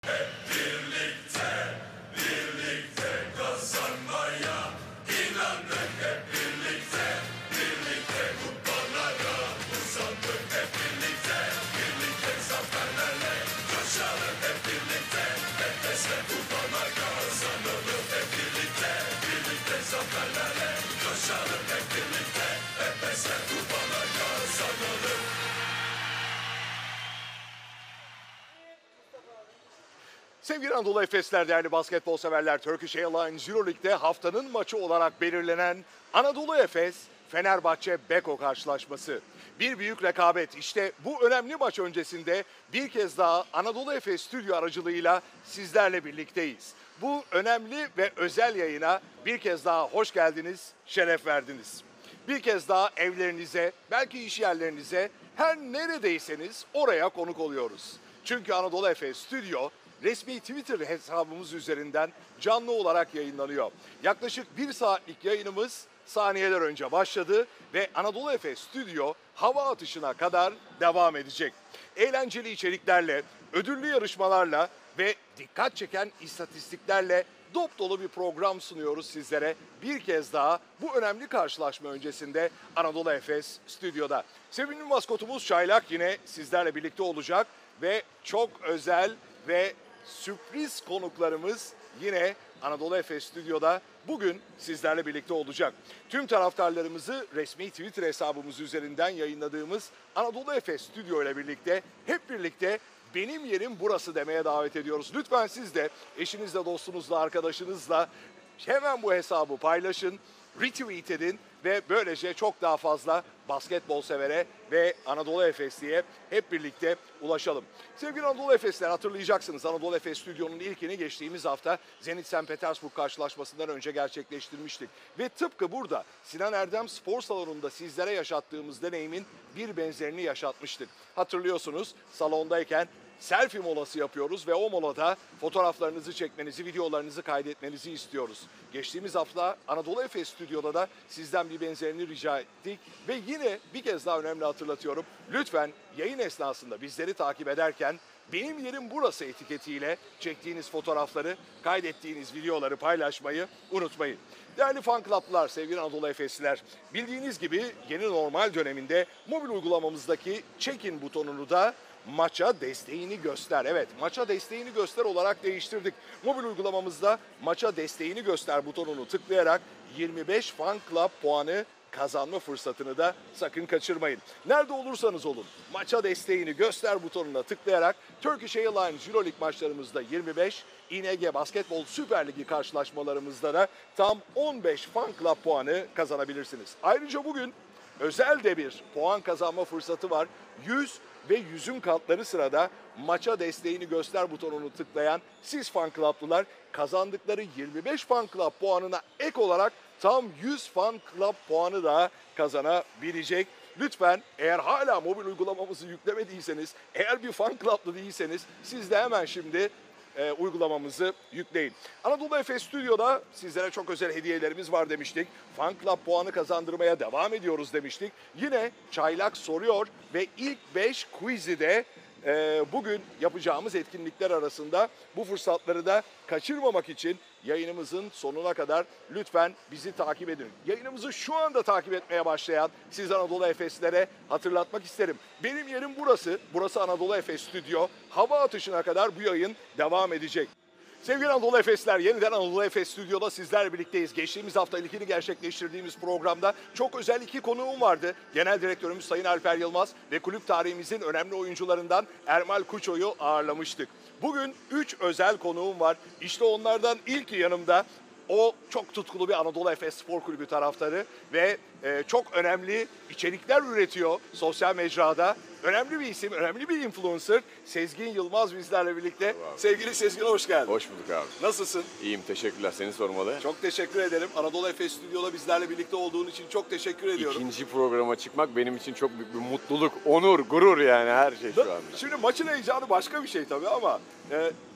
Sevgili Anadolu Efesler, değerli basketbol severler, Turkish Airlines Euroleague'de haftanın maçı olarak belirlenen Anadolu Efes Fenerbahçe Beko karşılaşması. Bir büyük rekabet. İşte bu önemli maç öncesinde bir kez daha Anadolu Efes stüdyo aracılığıyla sizlerle birlikteyiz. Bu önemli ve özel yayına bir kez daha hoş geldiniz, şeref verdiniz. Bir kez daha evlerinize, belki iş yerlerinize, her neredeyseniz oraya konuk oluyoruz. Çünkü Anadolu Efes stüdyo resmi Twitter hesabımız üzerinden canlı olarak yayınlanıyor. Yaklaşık 1 saatlik yayınımız saniyeler önce başladı ve Anadolu Efes stüdyo hava atışına kadar devam edecek. Eğlenceli içeriklerle, ödüllü yarışmalarla ve dikkat çeken istatistiklerle dop dolu bir program sunuyoruz sizlere. Bir kez daha bu önemli karşılaşma öncesinde Anadolu Efes stüdyoda. Sevimli maskotumuz Çaylak yine sizlerle birlikte olacak ve çok özel ve sürpriz konuklarımız yine Anadolu Efes stüdyoda bugün sizlerle birlikte olacak. Tüm taraftarlarımızı resmi Twitter hesabımız üzerinden yayınladığımız Anadolu Efes stüdyo ile birlikte hep birlikte benim yerim burası demeye davet ediyoruz. Lütfen siz de eşinizle, dostunuzla, arkadaşınızla hemen bu hesabı paylaşın, retweet edin ve böylece çok daha fazla basketbol severe ve Anadolu Efesli'ye hep birlikte ulaşalım. Sevgili Anadolu Efesler, hatırlayacaksınız Anadolu Efes Stüdyo'nun ilkini geçtiğimiz hafta Zenit St. Petersburg karşılaşmasından önce gerçekleştirmiştik. Ve tıpkı burada Sinan Erdem Spor Salonu'nda sizlere yaşattığımız deneyimin bir benzerini yaşatmıştık. Hatırlıyorsunuz, salondayken selfie molası yapıyoruz ve o molada fotoğraflarınızı çekmenizi, videolarınızı kaydetmenizi istiyoruz. Geçtiğimiz hafta Anadolu Efes Stüdyo'da da sizden bir benzerini rica ettik ve yine bir kez daha önemli hatırlatıyorum. Lütfen yayın esnasında bizleri takip ederken benim yerim burası etiketiyle çektiğiniz fotoğrafları, kaydettiğiniz videoları paylaşmayı unutmayın. Değerli fan club'lar, sevgili Anadolu Efesliler, bildiğiniz gibi yeni normal döneminde mobil uygulamamızdaki check-in butonunu da maça desteğini göster. Evet, maça desteğini göster olarak değiştirdik. Mobil uygulamamızda maça desteğini göster butonunu tıklayarak 25 fan club puanı kazanma fırsatını da sakın kaçırmayın. Nerede olursanız olun maça desteğini göster butonuna tıklayarak Turkish Airlines Euroleague maçlarımızda 25, İNG Basketbol Süper Ligi karşılaşmalarımızda da tam 15 fan club puanı kazanabilirsiniz. Ayrıca bugün özel de bir puan kazanma fırsatı var. 100 ve 100'ün katları sırada maça desteğini göster butonunu tıklayan siz fan club'lılar kazandıkları 25 fan club puanına ek olarak tam 100 fan club puanı daha kazanabilecek. Lütfen eğer hala mobil uygulamamızı yüklemediyseniz, eğer bir fan club'lı değilseniz siz de hemen şimdi uygulamamızı yükleyin. Anadolu Efes Stüdyo'da sizlere çok özel hediyelerimiz var demiştik. Fan Club puanı kazandırmaya devam ediyoruz demiştik. Yine Çaylak soruyor ve ilk 5 quiz'i de bugün yapacağımız etkinlikler arasında. Bu fırsatları da kaçırmamak için yayınımızın sonuna kadar lütfen bizi takip edin. Yayınımızı şu anda takip etmeye başlayan siz Anadolu Efeslilere hatırlatmak isterim. Benim yerim burası. Burası Anadolu Efes Stüdyo. Hava atışına kadar bu yayın devam edecek. Sevgili Anadolu Efesler, yeniden Anadolu Efes Stüdyo'da sizlerle birlikteyiz. Geçtiğimiz hafta ilkini gerçekleştirdiğimiz programda çok özel 2 konuğum vardı. Genel Direktörümüz Sayın Alper Yılmaz ve kulüp tarihimizin önemli oyuncularından Ermal Kuço'yu ağırlamıştık. Bugün 3 özel konuğum var. İşte onlardan ilki yanımda. O çok tutkulu bir Anadolu Efes Spor Kulübü taraftarı ve çok önemli içerikler üretiyor sosyal mecrada. Önemli bir isim, önemli bir influencer. Sezgin Yılmaz bizlerle birlikte. Sevgili Sezgin, hoş geldin. Hoş bulduk abi. Nasılsın? İyiyim, teşekkürler. Seni sormalı. Çok teşekkür ederim. Anadolu Efes Stüdyo'da bizlerle birlikte olduğun için çok teşekkür ediyorum. İkinci programa çıkmak benim için çok büyük bir mutluluk, onur, gurur yani her şey şu anda. Şimdi maçın heyecanı başka bir şey tabii ama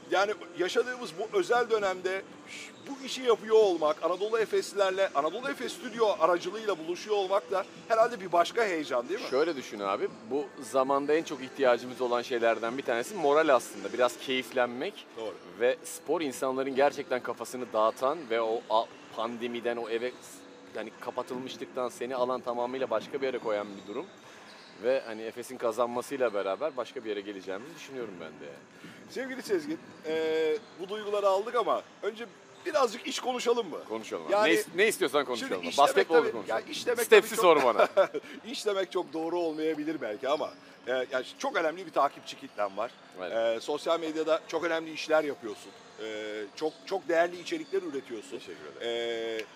Yani yaşadığımız bu özel dönemde bu işi yapıyor olmak, Anadolu Efeslilerle, Anadolu Efes Stüdyo aracılığıyla buluşuyor olmak da herhalde bir başka heyecan değil mi? Şöyle düşün abi, bu zamanda en çok ihtiyacımız olan şeylerden bir tanesi moral aslında. Biraz keyiflenmek. Doğru. Ve spor insanların gerçekten kafasını dağıtan ve o pandemiden, o eve yani kapatılmışlıktan seni alan, tamamıyla başka bir yere koyan bir durum. Ve hani Efes'in kazanmasıyla beraber başka bir yere geleceğimizi düşünüyorum ben de. Sevgili Sezgin, bu duyguları aldık ama önce birazcık iş konuşalım mı? Konuşalım abi. Yani, Ne istiyorsan konuşalım. iş Basketbol demek konuşalım. ya iş demek Steps'i tabii sor bana. İş demek çok doğru olmayabilir belki ama yani çok önemli bir takipçi kitlen var. Evet. Sosyal medyada çok önemli işler yapıyorsun. Çok değerli içerikler üretiyorsun. Teşekkür ederim.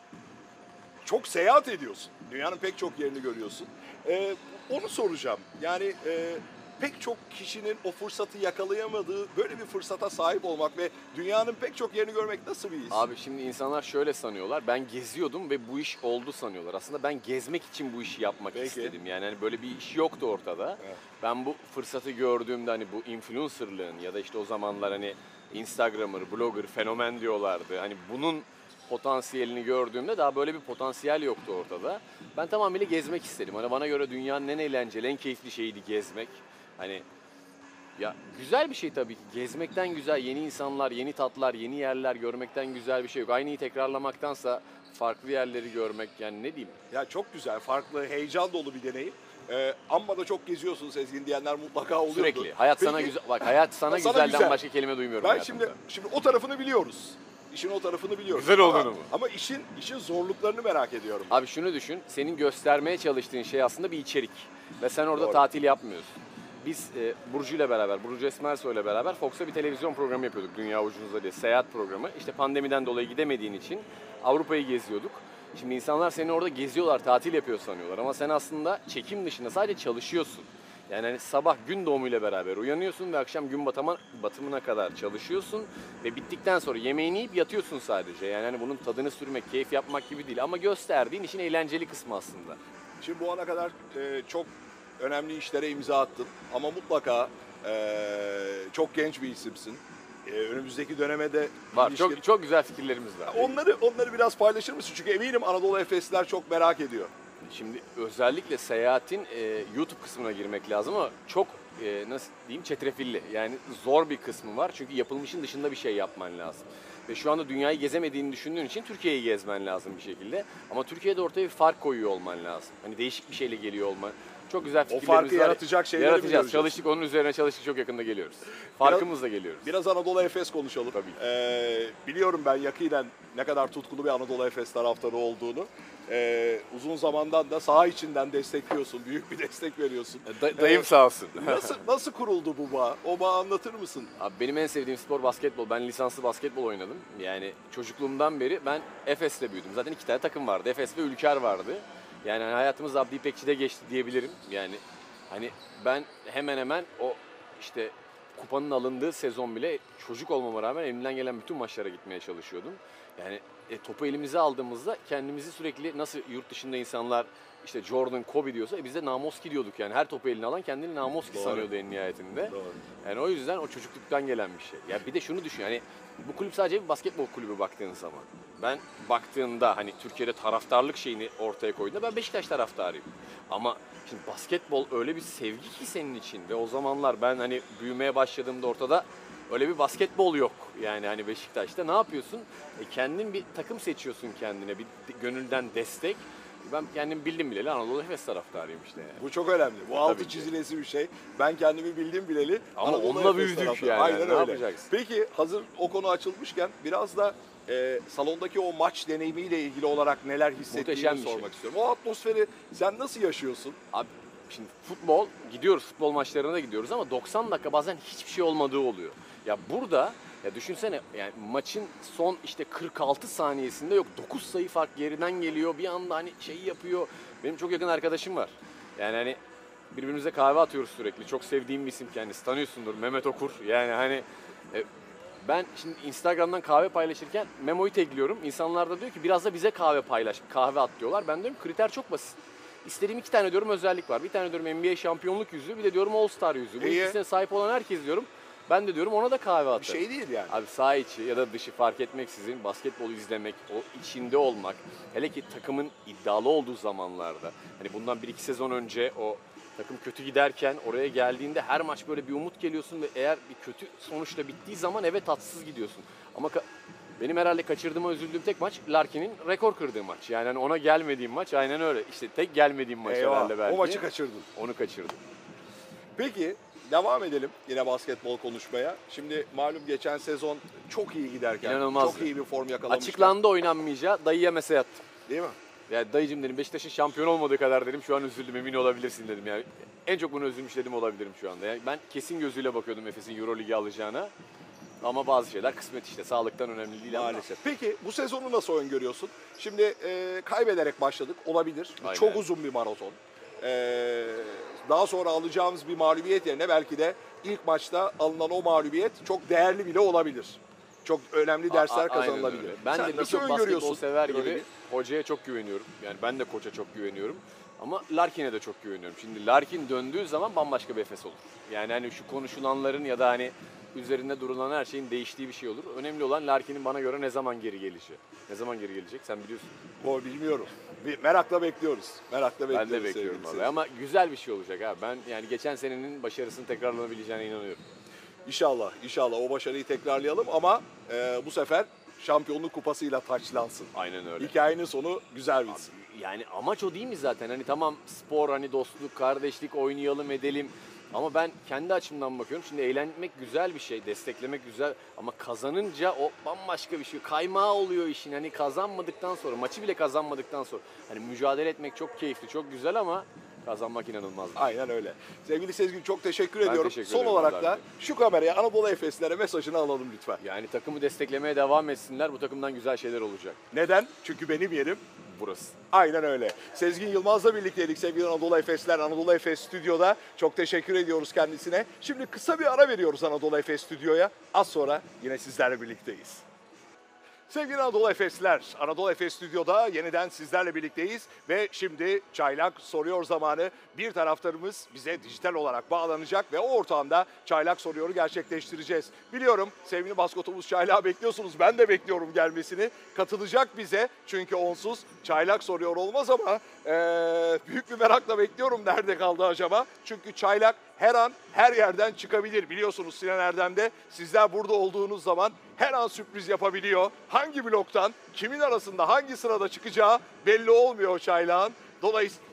Çok seyahat ediyorsun. Dünyanın pek çok yerini görüyorsun. Onu soracağım. Yani pek çok kişinin o fırsatı yakalayamadığı böyle bir fırsata sahip olmak ve dünyanın pek çok yerini görmek nasıl bir his? Abi şimdi insanlar şöyle sanıyorlar. Ben geziyordum ve bu iş oldu sanıyorlar. Aslında ben gezmek için bu işi yapmak Peki. istedim. Yani hani böyle bir iş yoktu ortada. Evet. Ben bu fırsatı gördüğümde hani bu influencerlığın ya da işte o zamanlar hani Instagramer, blogger, fenomen diyorlardı. Hani bunun potansiyelini gördüğümde daha böyle bir potansiyel yoktu ortada. Ben tamamıyla gezmek istedim. Hani bana göre dünyanın en eğlenceli, en keyifli şeyiydi gezmek. Hani ya güzel bir şey tabii ki. Gezmekten güzel, yeni insanlar, yeni tatlar, yeni yerler görmekten güzel bir şey yok. Aynıyı tekrarlamaktansa farklı yerleri görmek, yani ne diyeyim? Ya çok güzel, farklı, heyecan dolu bir deneyim. Amma da çok geziyorsun Sezgin diyenler mutlaka oluyordu. Sürekli. Hayat sana Peki, güzel. Bak hayat sana güzelden güzel. başka kelime duymuyorum Ben hayatımda. şimdi o tarafını biliyoruz. İşin o tarafını biliyoruz. Güzel Ama- olduğunu mu? Ama işin zorluklarını merak ediyorum. Abi şunu düşün, senin göstermeye çalıştığın şey aslında bir içerik. Ve sen orada Doğru. tatil yapmıyorsun. Biz Burcu ile beraber, Burcu Esmersoy ile beraber Fox'ta bir televizyon programı yapıyorduk. Dünya Ucunuzda diye, seyahat programı. İşte pandemiden dolayı gidemediğin için Avrupa'yı geziyorduk. Şimdi insanlar seni orada geziyorlar, tatil yapıyor sanıyorlar. Ama sen aslında çekim dışında sadece çalışıyorsun. Yani hani sabah gün doğumuyla beraber uyanıyorsun ve akşam gün batımına kadar çalışıyorsun. Ve bittikten sonra yemeğini yiyip yatıyorsun sadece. Yani hani bunun tadını sürmek, keyif yapmak gibi değil. Ama gösterdiğin işin eğlenceli kısmı aslında. Şimdi bu ana kadar çok önemli işlere imza attın. Ama mutlaka çok genç bir isimsin. Önümüzdeki döneme de Var, ilişkin- çok güzel fikirlerimiz var. Onları biraz paylaşır mısın? Çünkü eminim Anadolu Efesliler çok merak ediyor. Şimdi özellikle seyahatin YouTube kısmına girmek lazım ama çok nasıl diyeyim, çetrefilli. Yani zor bir kısmı var çünkü yapılmışın dışında bir şey yapman lazım. Ve şu anda dünyayı gezemediğini düşündüğün için Türkiye'yi gezmen lazım bir şekilde. Ama Türkiye'de ortaya bir fark koyuyor olman lazım. Hani değişik bir şeyle geliyor olman. Çok güzel fikirlerimiz farkı var. yaratacak şeyleri mi Yaratacağız. göreceğiz? Çalıştık, onun üzerine çalıştık, çok yakında geliyoruz. Farkımızla geliyoruz. Biraz Anadolu Efes konuşalım. Tabii. Biliyorum ben yakinen ne kadar tutkulu bir Anadolu Efes taraftarı olduğunu. Uzun zamandan da saha içinden destekliyorsun. Büyük bir destek veriyorsun. Dayım sağ olsun. Nasıl kuruldu bu bağ? O bağı anlatır mısın? Abi benim en sevdiğim spor basketbol. Ben lisanslı basketbol oynadım. Yani çocukluğumdan beri ben Efes'le büyüdüm. Zaten 2 tane takım vardı. Efes ve Ülker vardı. Yani hayatımız Abdi İpekçi'de geçti diyebilirim. Yani hani ben hemen hemen o işte kupanın alındığı sezon bile çocuk olmama rağmen elimden gelen bütün maçlara gitmeye çalışıyordum. Yani topu elimize aldığımızda kendimizi sürekli, nasıl yurt dışında insanlar işte Jordan, Kobe diyorsa biz de Namoski diyorduk yani. Her topu eline alan kendini Namoski Doğru. sanıyordu en nihayetinde. Doğru. Yani o yüzden o çocukluktan gelen bir şey. Ya bir de şunu düşün, hani bu kulüp sadece bir basketbol kulübü baktığın zaman. Ben baktığında hani Türkiye'de taraftarlık şeyini ortaya koyduğunda ben Beşiktaş taraftarıyım. Ama şimdi basketbol öyle bir sevgi ki senin için ve o zamanlar ben hani büyümeye başladığımda ortada öyle bir basketbol yok. Yani hani Beşiktaş'ta ne yapıyorsun? Kendin bir takım seçiyorsun kendine, bir gönülden destek. Ben kendim bildim bileli Anadolu Efes taraftarıyım işte yani. Bu çok önemli. Bu altı ki. çizilesi bir şey. Ben kendimi bildim bileli. Ama Anadolu onunla Efes büyüdük taraftarı. yani. Aynen Ne öyle. yapacaksın? Peki hazır o konu açılmışken biraz da salondaki o maç deneyimiyle ilgili olarak neler hissettiğini Muhteşem bir sormak şey. istiyorum. O atmosferi sen nasıl yaşıyorsun? Abi şimdi futbol, gidiyoruz futbol maçlarına da gidiyoruz ama 90 dakika bazen hiçbir şey olmadığı oluyor. Ya burada ya düşünsene, yani maçın son işte 46 saniyesinde yok 9 sayı fark geriden geliyor, bir anda hani şeyi yapıyor. Benim çok yakın arkadaşım var. Yani hani birbirimize kahve atıyoruz sürekli. Çok sevdiğim bir isim kendisi, tanıyorsundur, Mehmet Okur. Yani hani ben şimdi Instagram'dan kahve paylaşırken Memo'yu tagliyorum. İnsanlar da diyor ki biraz da bize kahve paylaş, kahve at diyorlar. Ben diyorum kriter çok basit. İstediğim 2 tane diyorum özellik var. Bir tane diyorum NBA şampiyonluk yüzüğü, bir de diyorum All Star yüzüğü. Bu İyi. ikisine sahip olan herkes diyorum Ben de diyorum ona da kahve Bir atarım. şey değil yani. Abi saha içi ya da dışı fark etmeksizin basketbolu izlemek, o içinde olmak, hele ki takımın iddialı olduğu zamanlarda, hani bundan 1-2 sezon önce o takım kötü giderken oraya geldiğinde her maç böyle bir umut geliyorsun ve eğer bir kötü sonuçla bittiği zaman eve tatsız gidiyorsun. Ama benim herhalde kaçırdığıma üzüldüğüm tek maç Larkin'in rekor kırdığı maç. Yani hani ona gelmediğim maç aynen öyle. İşte tek gelmediğim maç herhalde belki. O maçı kaçırdın. Onu kaçırdım. Peki devam edelim yine basketbol konuşmaya. Şimdi malum geçen sezon çok iyi giderken İnanılmazdı. çok iyi bir form yakalamışken. Açıklandı oynanmayacağı, dayıya mesaj attım. Değil mi? Yani dayıcım dedim, Beşiktaş'ın şampiyon olmadığı kadar dedim şu an üzüldüm, emin olabilirsin dedim. Yani en çok bunu üzülmüş dedim olabilirim şu anda. Yani ben kesin gözüyle bakıyordum Efes'in Euroligi alacağına. Ama bazı şeyler kısmet işte, sağlıktan önemli değil Maalesef. Peki bu sezonu nasıl öngörüyorsun? Şimdi kaybederek başladık, olabilir. Aynen. Çok uzun bir maraton. Daha sonra alacağımız bir mağlubiyet yerine belki de ilk maçta alınan o mağlubiyet çok değerli bile olabilir. Çok önemli dersler kazanılabilir. Ben Sen de nasıl birçok basketbol öngörüyorsun sever gibi Euroligi? hocaya çok güveniyorum. Yani ben de koça çok güveniyorum. Ama Larkin'e de çok güveniyorum. Şimdi Larkin döndüğü zaman bambaşka bir Efes olur. Yani hani şu konuşulanların ya da hani üzerinde durulan her şeyin değiştiği bir şey olur. Önemli olan Larkin'in bana göre ne zaman geri gelişi. Ne zaman geri gelecek sen biliyorsun. O bilmiyorum. Merakla bekliyoruz. Merakla bekliyoruz. Ben de bekliyorum vallahi ama güzel bir şey olacak abi. Ben yani geçen senenin başarısını tekrarlanabileceğine inanıyorum. İnşallah, inşallah o başarıyı tekrarlayalım ama bu sefer şampiyonluk kupasıyla taçlansın. Aynen öyle. Hikayenin sonu güzel bitsin. Yani amaç o değil mi zaten? Hani tamam spor, hani dostluk, kardeşlik, oynayalım edelim. Ama ben kendi açımdan bakıyorum. Şimdi eğlenmek güzel bir şey, desteklemek güzel. Ama kazanınca o bambaşka bir şey. Kaymağı oluyor işin. Hani kazanmadıktan sonra, maçı bile kazanmadıktan sonra. Hani mücadele etmek çok keyifli, çok güzel ama kazanmak inanılmaz. Aynen öyle. Sevgili Sezgin çok teşekkür ediyorum. teşekkür Son ederim olarak da abi. şu kameraya Anadolu Efeslilere mesajını alalım lütfen. Yani takımı desteklemeye devam etsinler. Bu takımdan güzel şeyler olacak. Neden? Çünkü benim yerim Burası. aynen öyle. Sezgin Yılmaz'la birlikteydik sevgili Anadolu Efesler. Anadolu Efes Stüdyo'da. Çok teşekkür ediyoruz kendisine. Şimdi kısa bir ara veriyoruz Anadolu Efes Stüdyo'ya. Az sonra yine sizlerle birlikteyiz. Sevgili Anadolu Efesliler, Anadolu Efes Stüdyo'da yeniden sizlerle birlikteyiz ve şimdi Çaylak Soruyor zamanı. Bir taraftarımız bize dijital olarak bağlanacak ve o ortamda Çaylak Soruyor'u gerçekleştireceğiz. Biliyorum sevgili maskotumuz Çaylak'ı bekliyorsunuz, ben de bekliyorum gelmesini. Katılacak bize çünkü onsuz Çaylak Soruyor olmaz ama büyük bir merakla bekliyorum nerede kaldı acaba? Çünkü Çaylak her an her yerden çıkabilir. Biliyorsunuz Sinan Erdem'de sizler burada olduğunuz zaman her an sürpriz yapabiliyor. Hangi bloktan, kimin arasında, hangi sırada çıkacağı belli olmuyor Çaylak'ın. Dolayısıyla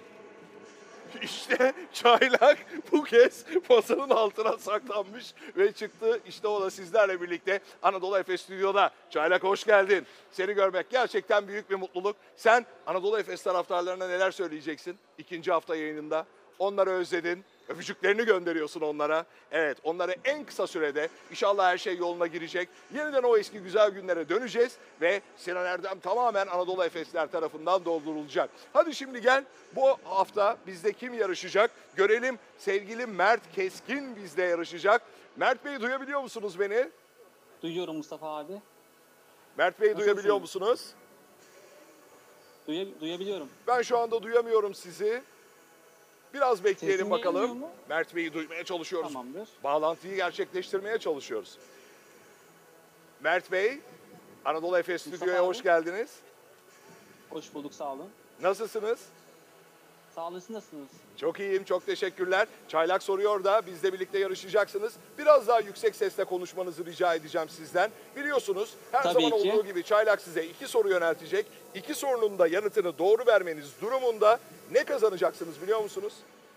işte Çaylak bu kez masanın altına saklanmış ve çıktı. İşte o da sizlerle birlikte Anadolu Efes Stüdyo'da. Çaylak hoş geldin. Seni görmek gerçekten büyük bir mutluluk. Sen Anadolu Efes taraftarlarına neler söyleyeceksin ikinci hafta yayınında? Onları özledin. Öpücüklerini gönderiyorsun onlara. Evet, onları en kısa sürede inşallah her şey yoluna girecek. Yeniden o eski güzel günlere döneceğiz ve Sinan Erdem tamamen Anadolu Efesler tarafından doldurulacak. Hadi şimdi gel bu hafta bizde kim yarışacak? Görelim sevgili Mert Keskin bizde yarışacak. Mert Bey duyabiliyor musunuz beni? Duyuyorum Mustafa abi. Mert Bey Nasılsın? duyabiliyor musunuz? Duyabiliyorum. Ben şu anda duyamıyorum sizi. Biraz bekleyelim Sesim bakalım. gelmiyor mu? Mert Bey'i duymaya çalışıyoruz. Tamamdır. Bağlantıyı gerçekleştirmeye çalışıyoruz. Mert Bey, Anadolu Efes Mustafa Stüdyo'ya abi. hoş geldiniz. Hoş bulduk, sağ olun. Nasılsınız? Sağ olun, siz nasılsınız? Çok iyiyim, çok teşekkürler. Çaylak Soruyor da bizle birlikte yarışacaksınız. Biraz daha yüksek sesle konuşmanızı rica edeceğim sizden. Biliyorsunuz her Tabii zaman ki. olduğu gibi Çaylak size 2 soru yöneltecek. 2 sorunun da yanıtını doğru vermeniz durumunda ne kazanacaksınız biliyor musunuz?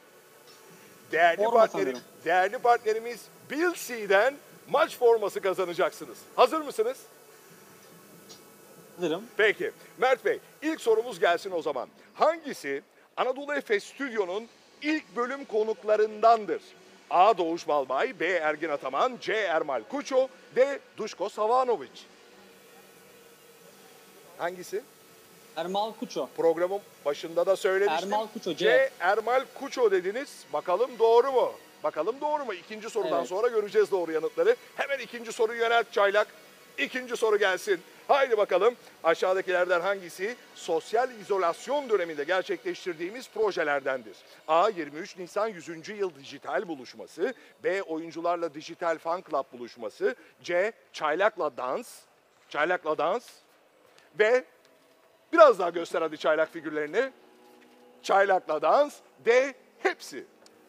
Forma sanırım. Değerli partnerimiz Bill C'den maç forması kazanacaksınız. Hazır mısınız? Hazırım. Peki. Mert Bey, ilk sorumuz gelsin o zaman. Hangisi Anadolu Efes Stüdyo'nun ilk bölüm konuklarındandır? A. Doğuş Balbay, B. Ergin Ataman, C. Ermal Kuço, D. Duško Savanović. Hangisi? Ermal Kuço. Programın başında da söylemiştim. Ermal Kuço, C. C. Ermal Kuço dediniz. Bakalım doğru mu? Bakalım doğru mu? İkinci sorudan Evet. sonra göreceğiz doğru yanıtları. Hemen ikinci soruyu yönelt Çaylak. İkinci soru gelsin. Haydi bakalım. Aşağıdakilerden hangisi sosyal izolasyon döneminde gerçekleştirdiğimiz projelerdendir? A. 23 Nisan 100. Yıl Dijital Buluşması. B. Oyuncularla Dijital Fan Club Buluşması. C. Çaylakla Dans. Çaylakla Dans. Ve biraz daha göster hadi çaylak figürlerini. Çaylakla Dans. D. Hepsi.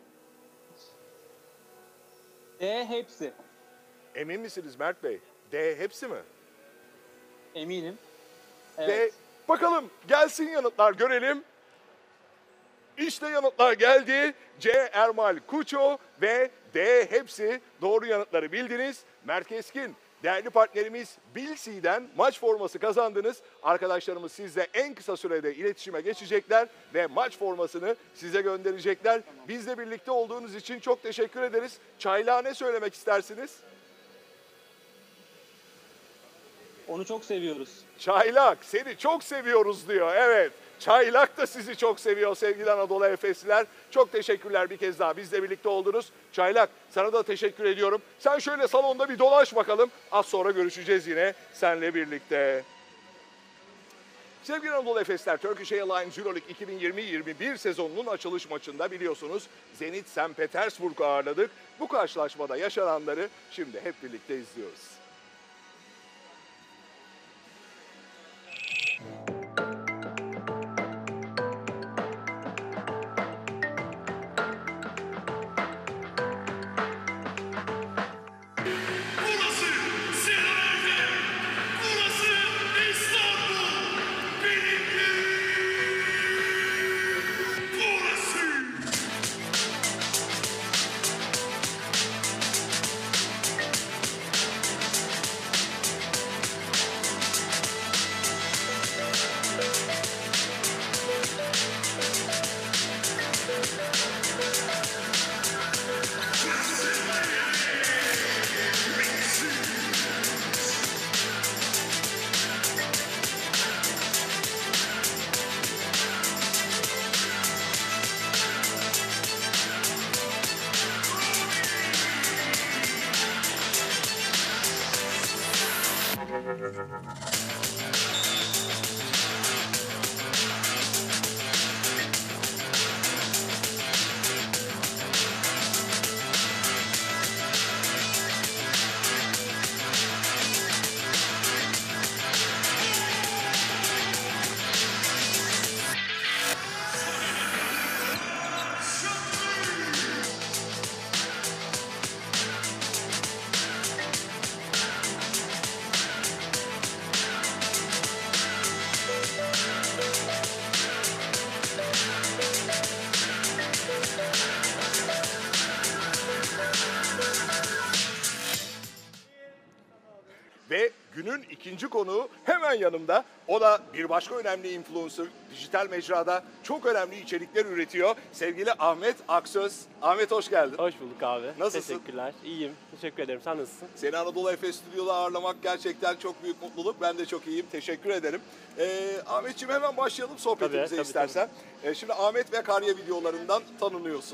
D hepsi. Emin misiniz Mert Bey? D. Hepsi mi? Eminim. Ve Evet. bakalım gelsin yanıtlar görelim. İşte yanıtlar geldi. C. Ermal Kuço ve D. Hepsi doğru yanıtları bildiniz. Mert Keskin, değerli partnerimiz Bilsi'den maç forması kazandınız. Arkadaşlarımız sizle en kısa sürede iletişime geçecekler ve maç formasını size gönderecekler. Bizle birlikte olduğunuz için çok teşekkür ederiz. Çaylağa ne söylemek istersiniz? Onu çok seviyoruz. Çaylak seni çok seviyoruz diyor. Evet. Çaylak da sizi çok seviyor sevgili Anadolu Efesliler. Çok teşekkürler bir kez daha bizle birlikte oldunuz. Çaylak sana da teşekkür ediyorum. Sen şöyle salonda bir dolaş bakalım. Az sonra görüşeceğiz yine seninle birlikte. Sevgili Anadolu Efesler, Turkish Airlines Euroleague 2020-21 sezonunun açılış maçında biliyorsunuz Zenit St. Petersburg'u ağırladık. Bu karşılaşmada yaşananları şimdi hep birlikte izliyoruz. Burası Senegal'de, burası İstanbul, benim yerim, burası. Ve günün ikinci konuğu hemen yanımda. O da bir başka önemli influencer. Dijital mecrada çok önemli içerikler üretiyor. Sevgili Ahmet Aksöz. Ahmet hoş geldin. Hoş bulduk abi. Nasılsın? Teşekkürler. İyiyim. Teşekkür ederim. Sen nasılsın? Seni Anadolu Efes Stüdyo'da ağırlamak gerçekten çok büyük mutluluk. Ben de çok iyiyim. Teşekkür ederim. Ahmetciğim hemen başlayalım sohbetimize Tabii, istersen. Şimdi Ahmet ve Karya videolarından tanınıyorsun.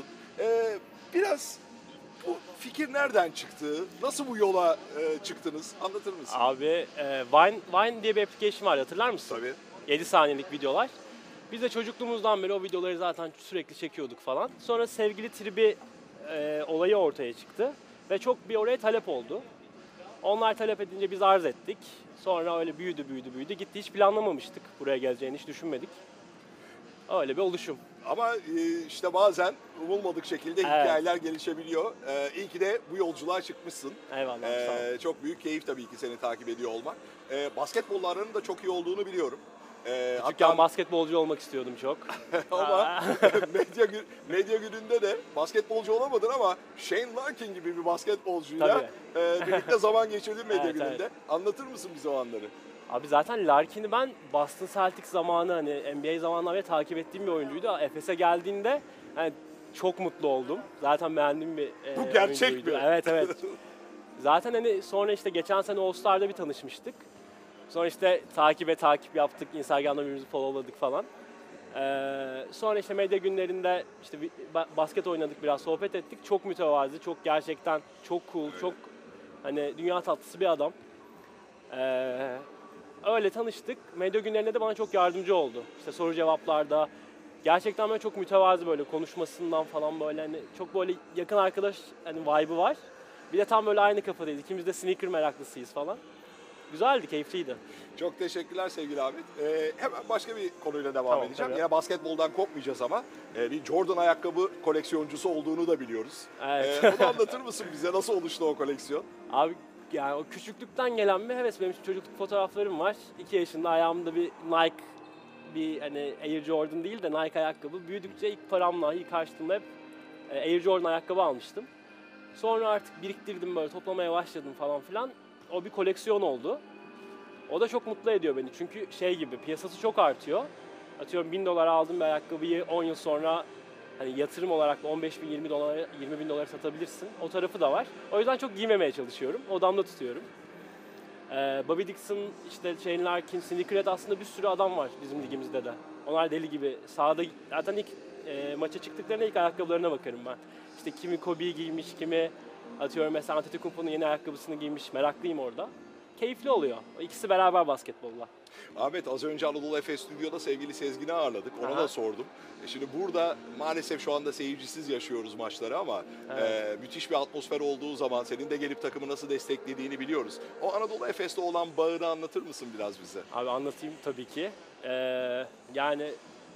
Biraz bu fikir nereden çıktı? Nasıl bu yola çıktınız? Anlatır mısın? Abi Vine diye bir application var, hatırlar mısın? Tabii. 7 saniyelik videolar. Biz de çocukluğumuzdan beri o videoları zaten sürekli çekiyorduk falan. Sonra sevgili tribi olayı ortaya çıktı. Ve çok bir oraya talep oldu. Onlar talep edince biz arz ettik. Sonra öyle büyüdü gitti. Hiç planlamamıştık buraya geleceğini, hiç düşünmedik. Öyle bir oluşum. Ama işte bazen umulmadık şekilde Evet. hikayeler gelişebiliyor. İyi ki de bu yolculuğa çıkmışsın. Eyvallah. Sağ ol. Çok büyük keyif tabii ki seni takip ediyor olmak. Basketbolla aranın da çok iyi olduğunu biliyorum. Küçükken basketbolcu olmak istiyordum çok. ama medya gününde de basketbolcu olamadın ama Shane Larkin gibi bir basketbolcuyla birlikte zaman geçirdin medya Evet, gününde. evet. Anlatır mısın bize o anları? Abi zaten Larkin'i ben Boston Celtics zamanı, hani NBA zamanları beri takip ettiğim bir oyuncuydu. Efes'e geldiğinde hani çok mutlu oldum. Zaten beğendiğim bir Bu gerçek oyuncuydu. mi? Evet. Zaten hani sonra işte geçen sene All Star'da bir tanışmıştık. Sonra işte takip yaptık. Instagram'da birbirimizi followladık falan. Sonra işte medya günlerinde işte basket oynadık, biraz sohbet ettik. Çok mütevazi, çok gerçekten çok cool, çok hani dünya tatlısı bir adam. Öyle tanıştık. Medya günlerinde de bana çok yardımcı oldu. İşte soru cevaplarda. Gerçekten böyle çok mütevazı, böyle konuşmasından falan, böyle hani çok böyle yakın arkadaş hani vibe'ı var. Bir de tam böyle aynı kafadayız. İkimiz de sneaker meraklısıyız falan. Güzeldi, keyifliydi. Çok teşekkürler sevgili Ahmet. Hemen başka bir konuyla devam Tamam, edeceğim. tabii. Yine basketboldan kopmayacağız ama bir Jordan ayakkabı koleksiyoncusu olduğunu da biliyoruz. Evet. Onu anlatır mısın bize? Nasıl oluştu o koleksiyon? Abi yani o küçüklükten gelen bir heves. Benim çocukluk fotoğraflarım var. 2 yaşında ayağımda bir Nike, bir hani Air Jordan değil de Nike ayakkabı. Büyüdükçe ilk paramla, ilk harçlığımla hep Air Jordan ayakkabı almıştım. Sonra artık biriktirdim, böyle toplamaya başladım falan filan. O bir koleksiyon oldu. O da çok mutlu ediyor beni. Çünkü şey gibi, piyasası çok artıyor. Atıyorum $1000 aldığım bir ayakkabıyı 10 yıl sonra hani yatırım olarak 15 bin, 20 dolara, 20 bin dolara satabilirsin. O tarafı da var. O yüzden çok giymemeye çalışıyorum. Odamda tutuyorum. Bobby Dixon, işte Shane Larkin, Sneakerhead, aslında bir sürü adam var bizim ligimizde de. Onlar deli gibi. Sahada zaten ilk maça çıktıklarında ilk ayakkabılarına bakarım ben. İşte kimi Kobe giymiş, kimi atıyorum mesela Antetokounmpo'nun yeni ayakkabısını giymiş. Meraklıyım orada. Keyifli oluyor. O ikisi beraber basketbolla. Ahmet, az önce Anadolu Efes Stüdyo'da sevgili Sezgin'i ağırladık. Ona Aha. da sordum. Şimdi burada maalesef şu anda seyircisiz yaşıyoruz maçları ama müthiş bir atmosfer olduğu zaman senin de gelip takımı nasıl desteklediğini biliyoruz. O Anadolu Efes'te olan bağını anlatır mısın biraz bize? Abi anlatayım tabii ki. Yani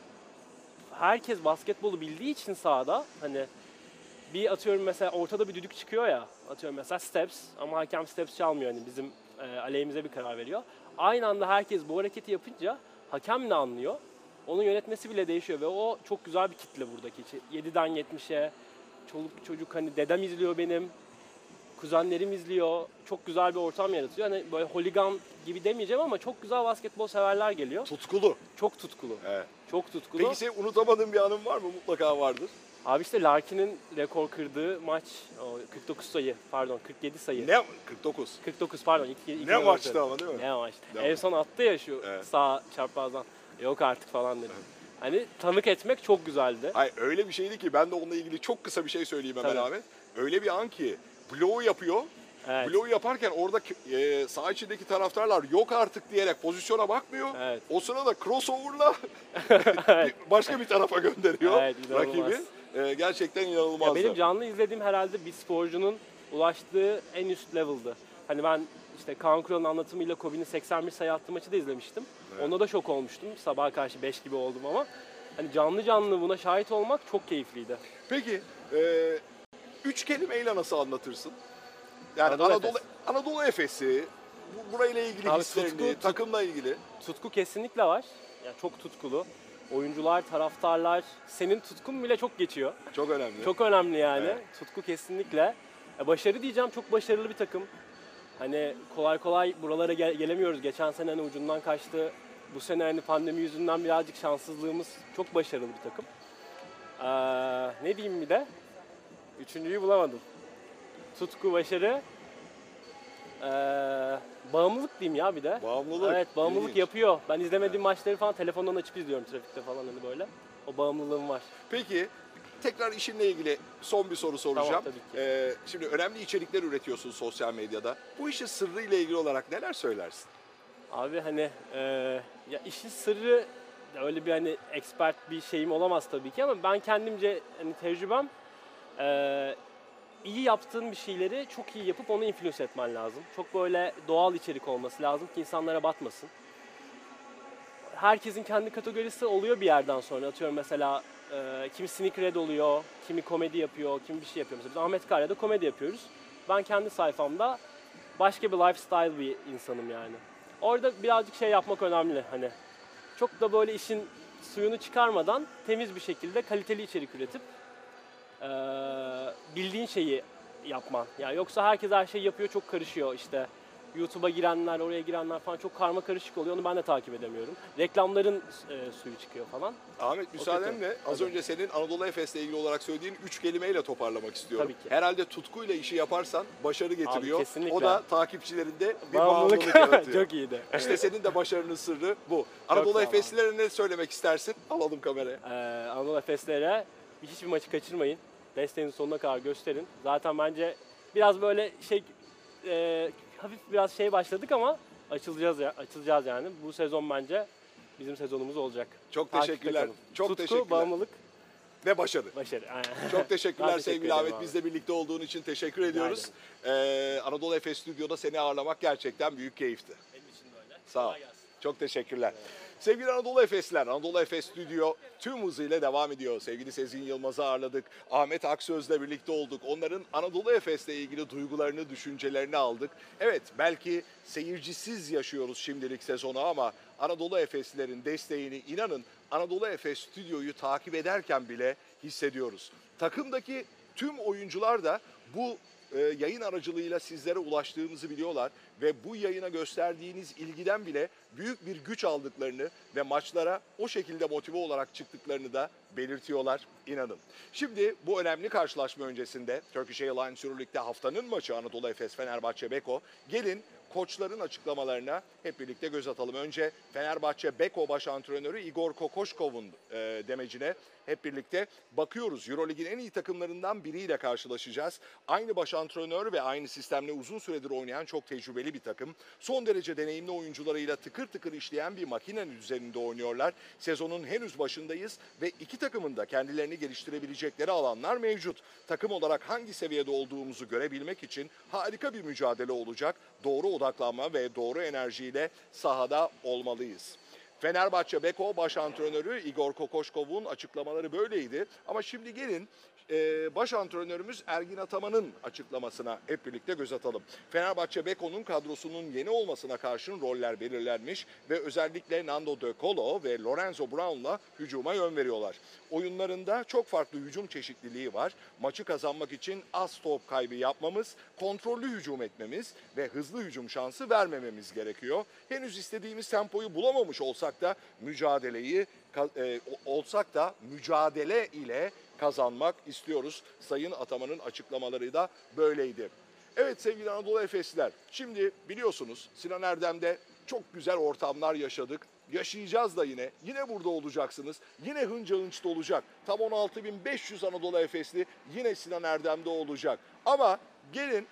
herkes basketbolu bildiği için sahada, hani bir atıyorum mesela ortada bir düdük çıkıyor ya, atıyorum mesela steps, ama hakem steps çalmıyor, hani bizim aleyhimize bir karar veriyor. Aynı anda herkes bu hareketi yapınca hakem ne anlıyor? Onun yönetmesi bile değişiyor ve o çok güzel bir kitle buradaki. 7'den 70'e çoluk çocuk, hani dedem izliyor benim, kuzenlerim izliyor. Çok güzel bir ortam yaratıyor. Hani böyle holigan gibi demeyeceğim ama çok güzel basketbol severler geliyor. Tutkulu. Çok tutkulu. Evet. Çok tutkulu. Peki senin unutamadığın bir anın var mı? Mutlaka vardır. Abi işte Larkin'in rekor kırdığı maç, o 49 sayı, pardon 47 sayı. Ne? 49. 49 pardon. İki Ne maçtı ama değil mi? Ne maçtı. Ne En maç? son attı ya şu Evet. sağ çaprazdan. Yok artık falan dedim. Hani tanık etmek çok güzeldi. Hayır, öyle bir şeydi ki ben de onunla ilgili çok kısa bir şey söyleyeyim hemen Tabii. Ahmet. Öyle bir an ki bloğu yapıyor. Evet. Bloğu yaparken orada saha içindeki taraftarlar yok artık diyerek pozisyona bakmıyor. Evet. O sırada crossover'la başka bir tarafa gönderiyor Evet, inanılmaz. rakibi. Gerçekten inanılmaz. Ya benim canlı izlediğim herhalde bir sporcunun ulaştığı en üst level'dı. Hani ben işte Kaan Kural'ın anlatımıyla Kobe'nin 81 sayı attığı maçı da izlemiştim. Evet. Onda da şok olmuştum. Sabaha karşı 5 gibi oldum ama hani canlı canlı buna şahit olmak çok keyifliydi. Peki 3 kelimeyle nasıl anlatırsın? Yani Anadolu Anadolu Efes'i, burayla ilgili Abi hislerini, takımla ilgili. Tutku kesinlikle var. Yani çok tutkulu. Oyuncular, taraftarlar, senin tutkun bile çok geçiyor. Çok önemli. Çok önemli yani. Evet. Tutku kesinlikle. Başarı diyeceğim, çok başarılı bir takım. Hani kolay kolay buralara gelemiyoruz. Geçen sene hani ucundan kaçtı. Bu sene hani pandemi yüzünden birazcık şanssızlığımız, çok başarılı bir takım. Ne diyeyim bir de? Üçüncüyü bulamadım. Tutku, başarı. Bağımlılık diyeyim ya bir de. Bağımlılık. Evet, bağımlılık İlginç. yapıyor. Ben izlemediğim maçları falan telefondan açıp izliyorum trafikte falan, hani böyle. O bağımlılığım var. Peki tekrar işinle ilgili son bir soru soracağım. Tamam, tabii Şimdi önemli içerikler üretiyorsun sosyal medyada. Bu işin sırrı ile ilgili olarak neler söylersin? Abi hani ya işin sırrı, öyle bir hani expert bir şeyim olamaz tabii ki ama ben kendimce hani tecrübem, iyi yaptığın bir şeyleri çok iyi yapıp onu influence etmen lazım. Çok böyle doğal içerik olması lazım ki insanlara batmasın. Herkesin kendi kategorisi oluyor bir yerden sonra. Atıyorum mesela kimi sneakerhead oluyor, kimi komedi yapıyor, kimi bir şey yapıyor. Mesela biz Ahmet Karya'da komedi yapıyoruz. Ben kendi sayfamda başka bir lifestyle bir insanım yani. Orada birazcık şey yapmak önemli, hani çok da böyle işin suyunu çıkarmadan temiz bir şekilde kaliteli içerik üretip bildiğin şeyi yapman. Yani yoksa herkes her şeyi yapıyor, çok karışıyor işte. YouTube'a girenler, oraya girenler falan çok karma karışık oluyor. Onu ben de takip edemiyorum. Reklamların suyu çıkıyor falan. Ahmet müsaadenle az Tabii. önce senin Anadolu Efes'le ilgili olarak söylediğin 3 kelimeyle toparlamak istiyorum. Tabii ki. Herhalde tutkuyla işi yaparsan başarı getiriyor. kesinlikle. O da takipçilerinde bir bağımlılık yaratıyor. Çok iyiydi. İşte senin de başarının sırrı bu. Anadolu sağ ol. Efeslilere ne söylemek istersin? Alalım kameraya. Anadolu Efeslilere hiçbir maçı kaçırmayın. Desteğinizi sonuna kadar gösterin. Zaten bence biraz böyle hafif biraz başladık ama açılacağız yani. Bu sezon bence bizim sezonumuz olacak. Çok Takipte teşekkürler. kalın. Çok Tutku, teşekkürler. bağımlılık, Ve başarı. başarı. Aynen. Çok teşekkürler Ben teşekkür sevgili ederim Ahmet. abi. Bizle birlikte olduğun için teşekkür ediyoruz. Anadolu Efes Stüdyo'da seni ağırlamak gerçekten büyük keyifti. Benim için de öyle. Sağ ol. Kolay gelsin. Çok teşekkürler. Sevgili Anadolu Efesliler, Anadolu Efes Stüdyo tüm hızıyla devam ediyor. Sevgili Sezgin Yılmaz'ı ağırladık. Ahmet Aksöz'le birlikte olduk. Onların Anadolu Efes'le ilgili duygularını, düşüncelerini aldık. Evet, belki seyircisiz yaşıyoruz şimdilik sezonu ama Anadolu Efeslilerin desteğini inanın Anadolu Efes Stüdyo'yu takip ederken bile hissediyoruz. Takımdaki tüm oyuncular da bu yayın aracılığıyla sizlere ulaştığımızı biliyorlar ve bu yayına gösterdiğiniz ilgiden bile büyük bir güç aldıklarını ve maçlara o şekilde motive olarak çıktıklarını da belirtiyorlar, inanın. Şimdi bu önemli karşılaşma öncesinde Turkish Airlines Euroleague'de haftanın maçı Anadolu Efes Fenerbahçe Beko. Gelin koçların açıklamalarına hep birlikte göz atalım. Önce Fenerbahçe Beko baş antrenörü Igor Kokoşkov'un demecine hep birlikte bakıyoruz. Euroleague'in en iyi takımlarından biriyle karşılaşacağız. Aynı baş antrenör ve aynı sistemle uzun süredir oynayan çok tecrübeli bir takım. Son derece deneyimli oyuncularıyla tıkır tıkır işleyen bir makinenin üzerinde oynuyorlar. Sezonun henüz başındayız ve iki takımın da kendilerini geliştirebilecekleri alanlar mevcut. Takım olarak hangi seviyede olduğumuzu görebilmek için harika bir mücadele olacak. Doğru odaklanma ve doğru enerjiyle sahada olmalıyız. Fenerbahçe Beko baş antrenörü Igor Kokoşkov'un açıklamaları böyleydi. Ama şimdi gelin baş antrenörümüz Ergin Ataman'ın açıklamasına hep birlikte göz atalım. Fenerbahçe Beko'nun kadrosunun yeni olmasına karşın roller belirlenmiş ve özellikle Nando De Colo ve Lorenzo Brown'la hücuma yön veriyorlar. Oyunlarında çok farklı hücum çeşitliliği var. Maçı kazanmak için az top kaybı yapmamız, kontrollü hücum etmemiz ve hızlı hücum şansı vermememiz gerekiyor. Henüz istediğimiz tempoyu bulamamış olsak da mücadele ile kazanmak istiyoruz. Sayın Ataman'ın açıklamaları da böyleydi. Evet sevgili Anadolu Efesliler, şimdi biliyorsunuz Sinan Erdem'de çok güzel ortamlar yaşadık. Yaşayacağız da yine. Yine burada olacaksınız. Yine hınca hınçta olacak. Tam 16.500 Anadolu Efesli yine Sinan Erdem'de olacak. Ama gelin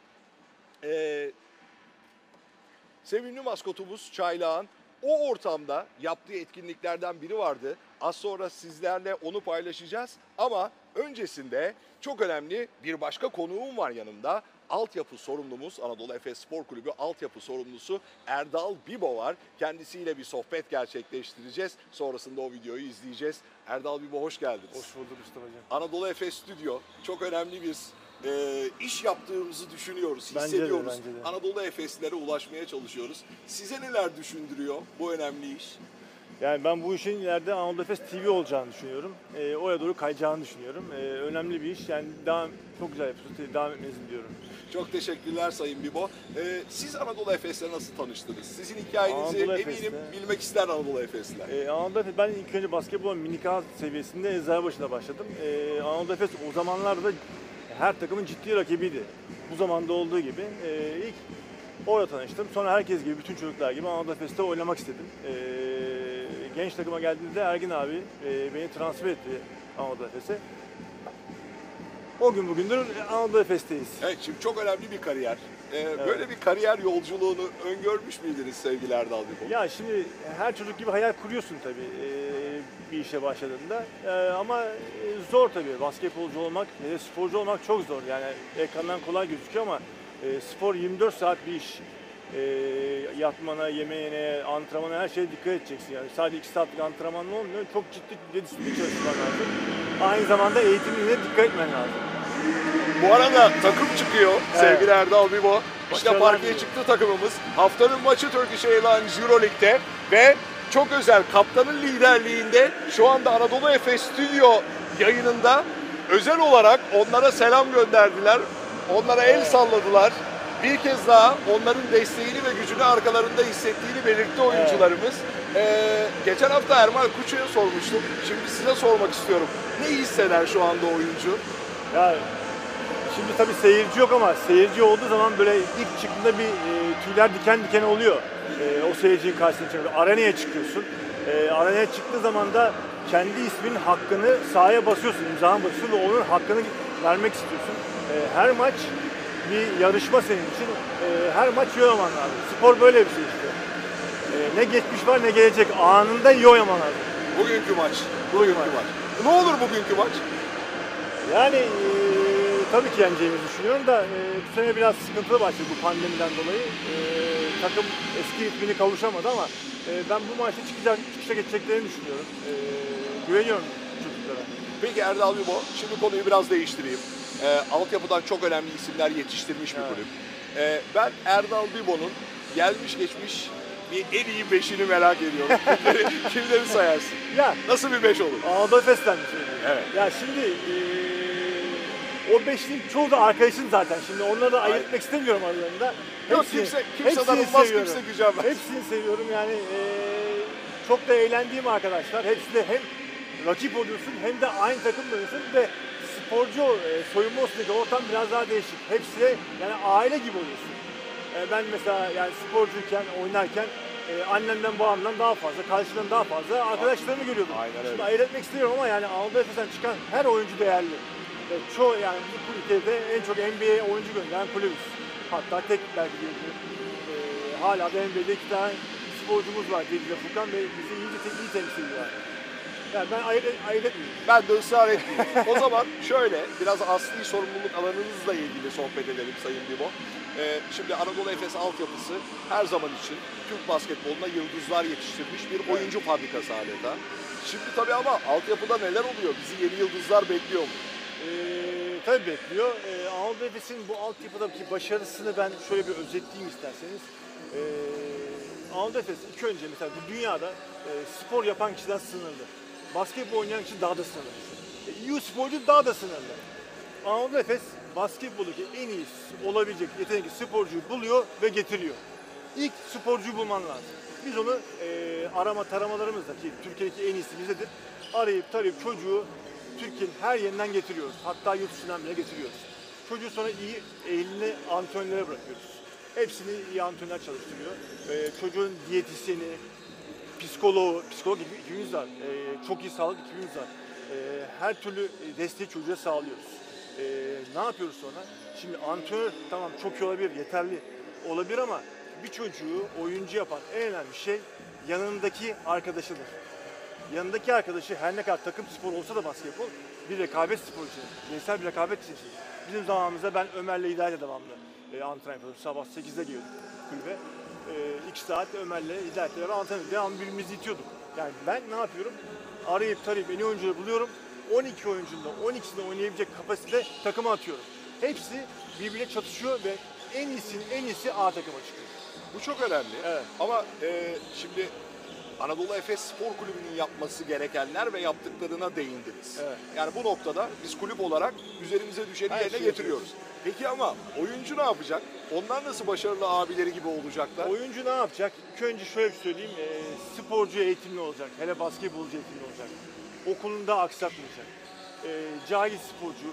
sevimli maskotumuz Çaylağan o ortamda yaptığı etkinliklerden biri vardı. Az sonra sizlerle onu paylaşacağız. Ama öncesinde çok önemli bir başka konuğum var yanımda. Altyapı sorumlumuz, Anadolu Efes Spor Kulübü altyapı sorumlusu Erdal Bibo var. Kendisiyle bir sohbet gerçekleştireceğiz. Sonrasında o videoyu izleyeceğiz. Erdal Bibo hoş geldiniz. Hoş bulduk Mustafa Hocam. Anadolu Efes Stüdyo çok önemli bir iş yaptığımızı düşünüyoruz, Bence de, hissediyoruz. bence de. Anadolu Efeslilere ulaşmaya çalışıyoruz. Size neler düşündürüyor bu önemli iş? Yani ben bu işin ileride Anadolu Efes TV olacağını düşünüyorum. Oraya doğru kayacağını düşünüyorum. Önemli bir iş. Yani çok güzel yapıyorsunuz. Devam etmenizi diliyorum. Çok teşekkürler Sayın Bibo. Siz Anadolu Efes'le nasıl tanıştınız? Sizin hikayenizi Anadolu eminim Efes'le- bilmek ister Anadolu Efesliler. Anadolu Efes, ben ilk önce basketbol minik A seviyesinde Eczacıbaşı'nda başladım. Anadolu Efes o zamanlarda her takımın ciddi rakibiydi. Bu zamanda olduğu gibi. İlk orada tanıştım. Sonra herkes gibi, bütün çocuklar gibi Anadolu Efes'te oynamak istedim. Genç takıma geldiğimde Ergin abi beni transfer etti Anadolu Efes'e. O gün bugündür Anadolu Efes'teyiz. Evet, şimdi çok önemli bir kariyer. Böyle bir kariyer yolculuğunu öngörmüş müydünüz sevgili Erdal Bibo? Ya şimdi her çocuk gibi hayal kuruyorsun tabii bir işe başladığında. Ama zor tabii. Basketbolcu olmak, sporcu olmak çok zor. Yani ekrandan kolay gözüküyor ama spor 24 saat bir iş. Yatmana, yemeğine, antrenmana her şeye dikkat edeceksin. Yani sadece 2 saatlik antrenmanla olmuyor. Çok ciddi bir disiplin çalışman lazım. Aynı zamanda eğitimine dikkat etmen lazım. Bu arada takım çıkıyor sevgili Erdal Bibo. İşte Başarılar parkeye diliyorum. çıktı takımımız. Haftanın maçı Turkish Airlines Euroleague'de ve çok özel kaptanın liderliğinde şu anda Anadolu Efes Stüdyo yayınında özel olarak onlara selam gönderdiler. Onlara el salladılar. Bir kez daha onların desteğini ve gücünü arkalarında hissettiğini belirtti oyuncularımız. Geçen hafta Ermal Kuçu'ya sormuştum. Şimdi size sormak istiyorum. Ne hisseder şu anda oyuncu? Ya şimdi tabii seyirci yok ama seyirci olduğu zaman böyle ilk çıktığında bir tüyler diken diken oluyor. O seyircinin karşısına çıkıyor. Arenaya çıkıyorsun. Arenaya çıktığı zaman da kendi isminin hakkını sahaya basıyorsun, imzanı basıyorsun ve onun hakkını vermek istiyorsun. Her maç bir yarışma senin için. Her maç iyi oynaman lazım. Spor böyle bir şey işte. Ne geçmiş var ne gelecek. Anında iyi oynaman lazım. Bugünkü maç. Ne olur bugünkü maç? Yani tabii ki yeneceğimizi düşünüyorum da bu sene biraz sıkıntılı başladı bu pandemiden dolayı. Takım eski ritmini kavuşamadı ama ben bu maçta çıkışa geçeceklerini düşünüyorum. Güveniyorum çocuklara. Peki Erdal Bibo, şimdi konuyu biraz değiştireyim. Altyapıdan çok önemli isimler yetiştirmiş bir kulüp. Ben Erdal Bibo'nun gelmiş geçmiş bir en iyi beşini merak ediyorum. Kimleri sayarsın? Ya Nasıl bir beş olur? Anadolu Efes'ten bir şey. Evet. Ya şimdi o beşliğin çoğu da arkadaşın zaten. Şimdi onları da ayırt etmek istemiyorum aralarında. Yok kimse darılmaz, kimse gücenmez. Hepsini seviyorum yani. Çok da eğlendiğim arkadaşlar. Hepsi de hem rakip oluyorsun hem de aynı takımda oluyorsun ve sporcu soyunma odasındaki ortam biraz daha değişik. Hepsi de yani aile gibi oluyorsun. Ben mesela yani sporcuyken, oynarken annemden babamdan daha fazla, karşıdan daha fazla arkadaşlarımı görüyordum. Aynen öyle. Şimdi ayırt etmek istiyorum ama yani Anadolu Efes'ten çıkan her oyuncu değerli. Çoğu yani bu ülkede en çok NBA oyuncu gönderen kulübüz. Hatta tek belki diyebilirim. Hala da NBA'de 2 tane sporcumuz var. Cedize Furkan ve bizi iyi temsil ediyor. Yani ben ayırt etmiyorum. Ben de ısrar etmeyeyim. O zaman şöyle, biraz asli sorumluluk alanınızla ilgili sohbet edelim Sayın Bibo. Şimdi Anadolu Efes altyapısı her zaman için Türk basketboluna yıldızlar yetiştirmiş bir oyuncu fabrikası adeta. Şimdi tabii ama altyapıda neler oluyor? Bizi yeni yıldızlar bekliyor mu? Tabii bekliyor. Anadolu Efes'in bu altyapıdaki başarısını ben şöyle bir özetleyeyim isterseniz. Anadolu Efes ilk önce mesela bu dünyada spor yapan kişiden sınırlı. Basketbol oynayan kişi daha da sınırlı. İyi sporcu daha da sınırlı. Anadolu Efes basketboldaki en iyi olabilecek yetenekli sporcuyu buluyor ve getiriyor. İlk sporcuyu bulman lazım. Biz onu arama taramalarımızda ki Türkiye'deki en iyisi bizdedir. Arayıp tarayıp çocuğu Türkiye'nin her yerinden getiriyoruz. Hatta yurt dışından bile getiriyoruz. Çocuğu sonra iyi eğilimli antrenörlere bırakıyoruz. Hepsini iyi antrenörler çalıştırıyor. Çocuğun diyetisyeni, psikolog ekibimiz var. Çok iyi sağlık ekibimiz var. Her türlü desteği çocuğa sağlıyoruz. Ne yapıyoruz sonra? Şimdi antrenör tamam çok iyi olabilir, yeterli olabilir ama bir çocuğu oyuncu yapan en önemli şey yanındaki arkadaşıdır. Yanındaki arkadaşı her ne kadar takım spor olsa da basketbol bir rekabet sporu için, cinsel bir rekabet için. Bizim zamanımızda ben Ömer'le İda'yla devamlı antrenman yapıyordum. Sabah 8'de geliyorduk kulübe. 2 saat Ömer'le İda'yla beraber antrenman devamlı birbirimizi itiyorduk. Yani ben ne yapıyorum? Arayıp tarayıp en iyi oyuncuları buluyorum. 12 oyuncunun da 12'sinde oynayabilecek kapasite takıma atıyorum. Hepsi birbiriyle çatışıyor ve en iyisi A takıma çıkıyor. Bu çok önemli. Evet. Ama şimdi Anadolu Efes Spor Kulübü'nün yapması gerekenler ve yaptıklarına değindiniz. Evet. Yani bu noktada biz kulüp olarak üzerimize düşeni yerine getiriyoruz. Peki ama oyuncu ne yapacak? Onlar nasıl başarılı abileri gibi olacaklar? Oyuncu ne yapacak? İlk önce şöyle bir söyleyeyim. Sporcu eğitimli olacak. Hele basketbolcu eğitimli olacak. Okulunda aksatmayacak. Cahil sporcu.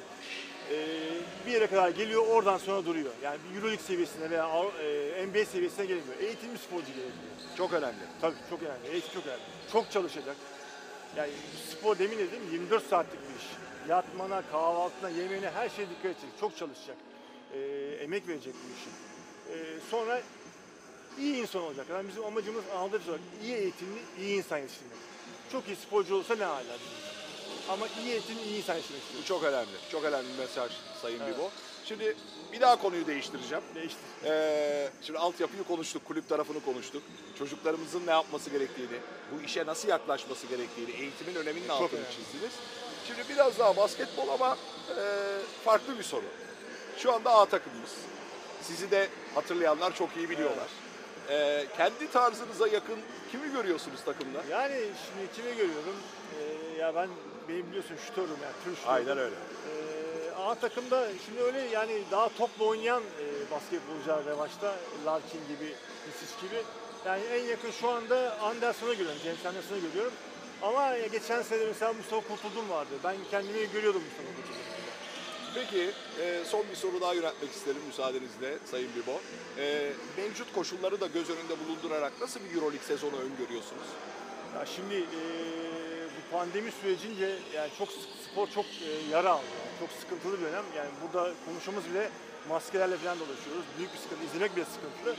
Bir yere kadar geliyor, oradan sonra duruyor. Yani bir Euroleague seviyesine veya NBA seviyesine gelemiyor. Eğitimli sporcu gerekiyor. Çok önemli. Tabii çok önemli. Eğitim çok önemli. Çok çalışacak. Yani spor demin dedim 24 saatlik bir iş. Yatmana, kahvaltına, yemeğine her şeye dikkat edecek. Çok çalışacak. Emek verecek bu işe. Sonra iyi insan olacak. Yani bizim amacımız Anadolu Efes olarak iyi eğitimli, iyi insan yetiştirmek. Çok iyi sporcu olsa ne hala. Ama iyi eğitimli, iyi insan yetiştirmek Bu istiyoruz. çok önemli. Çok önemli bir mesaj Sayın Bibo. Şimdi bir daha konuyu değiştireceğim. Değişti. Şimdi altyapıyı konuştuk, kulüp tarafını konuştuk. Çocuklarımızın ne yapması gerektiğini, bu işe nasıl yaklaşması gerektiğini, eğitimin öneminin altını önemli. çizdiniz. Şimdi biraz daha basketbol ama farklı bir soru. Şu anda A takımımız. Sizi de hatırlayanlar çok iyi biliyorlar. Kendi tarzınıza yakın kimi görüyorsunuz takımda? Yani şimdi kimi görüyorum? Ya benim biliyorsun şutörüm yani tür şutörüm. Aynen öyle. A takımda şimdi öyle yani daha topla oynayan basketbolcular revaçta. Larkin gibi, Misic gibi. Yani en yakın şu anda Anderson'u görüyorum, James Anderson'u görüyorum. Ama geçen sene mesela Mustafa Kurtuldum vardı. Ben kendimi görüyordum Mustafa Kurtuldum'da. Peki son bir soru daha yöneltmek isterim müsaadenizle Sayın Bibo. Mevcut koşulları da göz önünde bulundurarak nasıl bir Euroleague sezonu öngörüyorsunuz? Ya şimdi bu pandemi sürecince yani spor çok yara aldı. Yani çok sıkıntılı bir dönem. Yani burada konuşmamız bile maskelerle falan dolaşıyoruz. Büyük bir sıkıntı, izlemek bile sıkıntılı.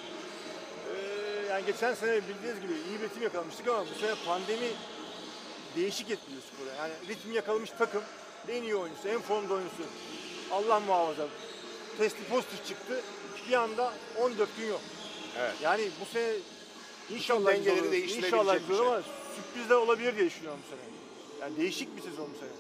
Yani geçen sene bildiğiniz gibi iyi bir ritim yakalamıştık ama bu sene pandemi değişik etkiliyor spora. Yani ritmi yakalamış takım, en iyi oyuncusu, en formda oyuncusu. Allah muhafaza. Testi pozitif çıktı. Bir anda 14 gün yok. Evet. Yani bu sene inşallah dengeleri güzel olur. değiştirebilecek İnşallah bir güzel şey. ama sürprizler olabilir diye düşünüyorum bu sene. Yani değişik bir sezon bu sene.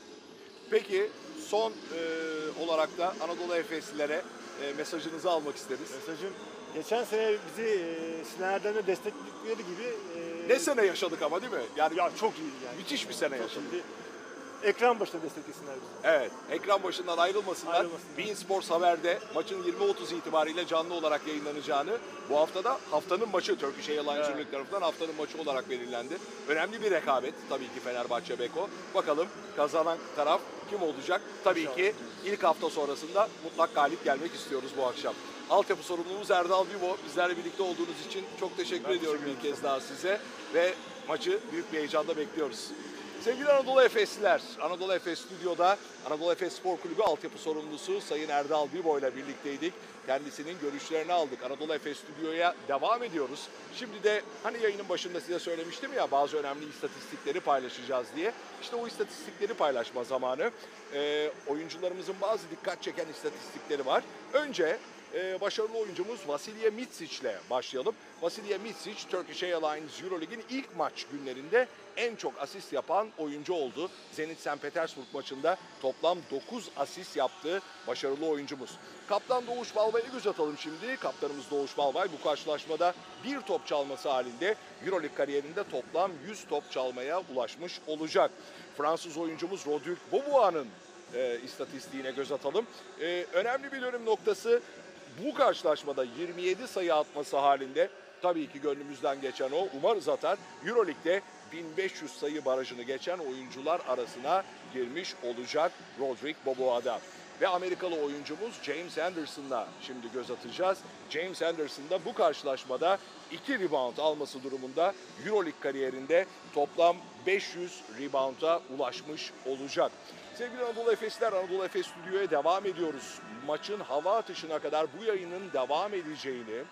Peki son olarak da Anadolu Efeslilere mesajınızı almak isteriz. Mesajım, geçen sene bizi Sinan Erdem'le destekledikleri gibi Ne sene yaşadık ama değil mi? Yani ya çok iyiydi yani. müthiş bir sene Çok yaşadık. iyiydi. Ekran başında desteklesinler bizi. Evet, ekran başından ayrılmasınlar. Ayrılmasınlar. Bein Sports Haber'de maçın 20.30 itibariyle canlı olarak yayınlanacağını, bu haftada haftanın maçı Turkish Airlines Evet. tarafından haftanın maçı olarak belirlendi. Önemli bir rekabet tabii ki Fenerbahçe Beko. Bakalım kazanan taraf kim olacak? Tabii İnşallah. ki ilk hafta sonrasında mutlak galip gelmek istiyoruz bu akşam. Altyapı sorumlumuz Erdal Bibo. Bizlerle birlikte olduğunuz için çok teşekkür Ben ediyorum teşekkür bir kez daha size ve maçı büyük bir heyecanla bekliyoruz. Sevgili Anadolu Efesliler, Anadolu Efes Stüdyo'da Anadolu Efes Spor Kulübü altyapı sorumlusu Sayın Erdal Bibo ile birlikteydik. Kendisinin görüşlerini aldık. Anadolu Efes Stüdyo'ya devam ediyoruz. Şimdi de hani yayının başında size söylemiştim ya bazı önemli istatistikleri paylaşacağız diye. İşte o istatistikleri paylaşma zamanı. Oyuncularımızın bazı dikkat çeken istatistikleri var. Önce başarılı oyuncumuz Vasilije Micic ile başlayalım. Vasilije Micic, Turkish Airlines Euroleague'in ilk maç günlerinde en çok asist yapan oyuncu oldu. Zenit St. Petersburg maçında toplam 9 asist yaptı başarılı oyuncumuz. Kaptan Doğuş Balbay'ı göz atalım şimdi. Kaptanımız Doğuş Balbay bu karşılaşmada bir top çalması halinde Euroleague kariyerinde toplam 100 top çalmaya ulaşmış olacak. Fransız oyuncumuz Rodrigue Bobois'ın istatistiğine göz atalım. Önemli bir dönüm noktası bu karşılaşmada 27 sayı atması halinde tabii ki gönlümüzden geçen o. Umarız atar. Euroleague'de 1500 sayı barajını geçen oyuncular arasına girmiş olacak Rodrigue Bobois'da. Ve Amerikalı oyuncumuz James Anderson'la şimdi göz atacağız. James Anderson da bu karşılaşmada 2 rebound alması durumunda Euroleague kariyerinde toplam 500 rebound'a ulaşmış olacak. Sevgili Anadolu Efesler, Anadolu Efes Stüdyo'ya devam ediyoruz. Maçın hava atışına kadar bu yayının devam edeceğini,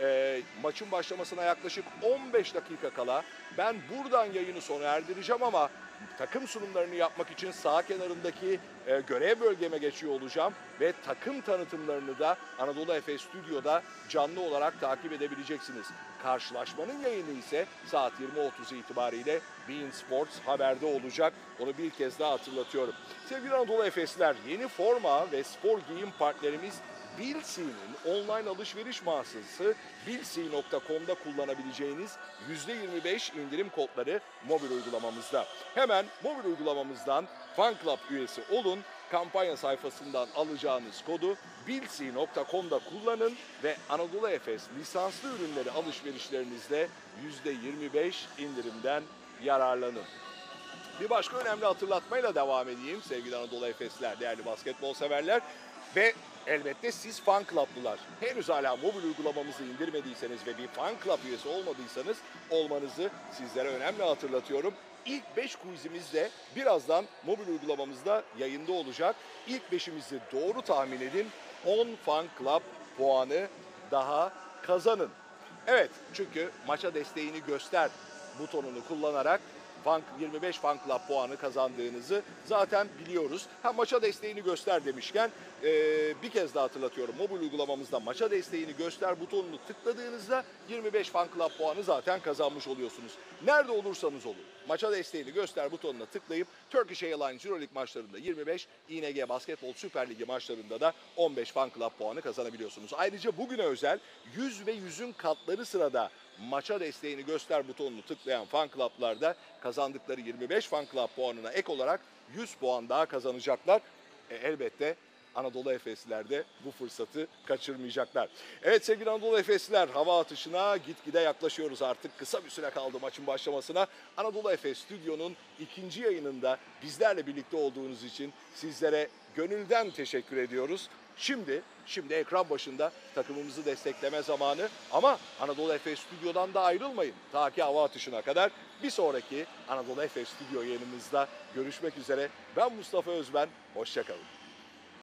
maçın başlamasına yaklaşık 15 dakika kala ben buradan yayını sona erdireceğim ama takım sunumlarını yapmak için sağ kenarındaki görev bölgeme geçiyor olacağım ve takım tanıtımlarını da Anadolu Efes Stüdyo'da canlı olarak takip edebileceksiniz. Karşılaşmanın yayını ise saat 20.30 itibariyle Bein Sports Haber'de olacak. Onu bir kez daha hatırlatıyorum. Sevgili Anadolu Efesler, yeni forma ve spor giyim partnerimiz Bilsi'nin online alışveriş mağazası bilsi.com'da kullanabileceğiniz %25 indirim kodları mobil uygulamamızda. Hemen mobil uygulamamızdan Fan Club üyesi olun. Kampanya sayfasından alacağınız kodu bilsi.com'da kullanın ve Anadolu Efes lisanslı ürünleri alışverişlerinizde %25 indirimden yararlanın. Bir başka önemli hatırlatmayla devam edeyim sevgili Anadolu Efesler, değerli basketbol severler ve elbette siz Fan Club'lılar. Henüz hala mobil uygulamamızı indirmediyseniz ve bir Fan Club üyesi olmadıysanız olmanızı sizlere önemli hatırlatıyorum. İlk 5 quizimiz de birazdan mobil uygulamamızda yayında olacak. İlk 5'imizi doğru tahmin edin. 10 Fan Club puanı daha kazanın. Evet, çünkü maça desteğini göster butonunu kullanarak 25 Fan Club puanı kazandığınızı zaten biliyoruz. Maça desteğini göster demişken bir kez daha hatırlatıyorum. Mobil uygulamamızda maça desteğini göster butonunu tıkladığınızda 25 Fan Club puanı zaten kazanmış oluyorsunuz. Nerede olursanız olun. Maça desteğini göster butonuna tıklayıp Turkish Airlines Euroleague maçlarında 25, ING Basketbol Süper Ligi maçlarında da 15 Fan Club puanı kazanabiliyorsunuz. Ayrıca bugüne özel 100 ve 100'ün katları sırada maça desteğini göster butonunu tıklayan Fan Club'larda kazandıkları 25 Fan Club puanına ek olarak 100 puan daha kazanacaklar. Elbette Anadolu Efesliler de bu fırsatı kaçırmayacaklar. Evet sevgili Anadolu Efesliler, hava atışına gitgide yaklaşıyoruz artık. Kısa bir süre kaldı maçın başlamasına. Anadolu Efes Stüdyo'nun ikinci yayınında bizlerle birlikte olduğunuz için sizlere gönülden teşekkür ediyoruz. Şimdi ekran başında takımımızı destekleme zamanı ama Anadolu Efes Stüdyo'dan da ayrılmayın. Ta ki hava atışına kadar bir sonraki Anadolu Efes Stüdyo yayınımızda görüşmek üzere. Ben Mustafa Özben, hoşça kalın.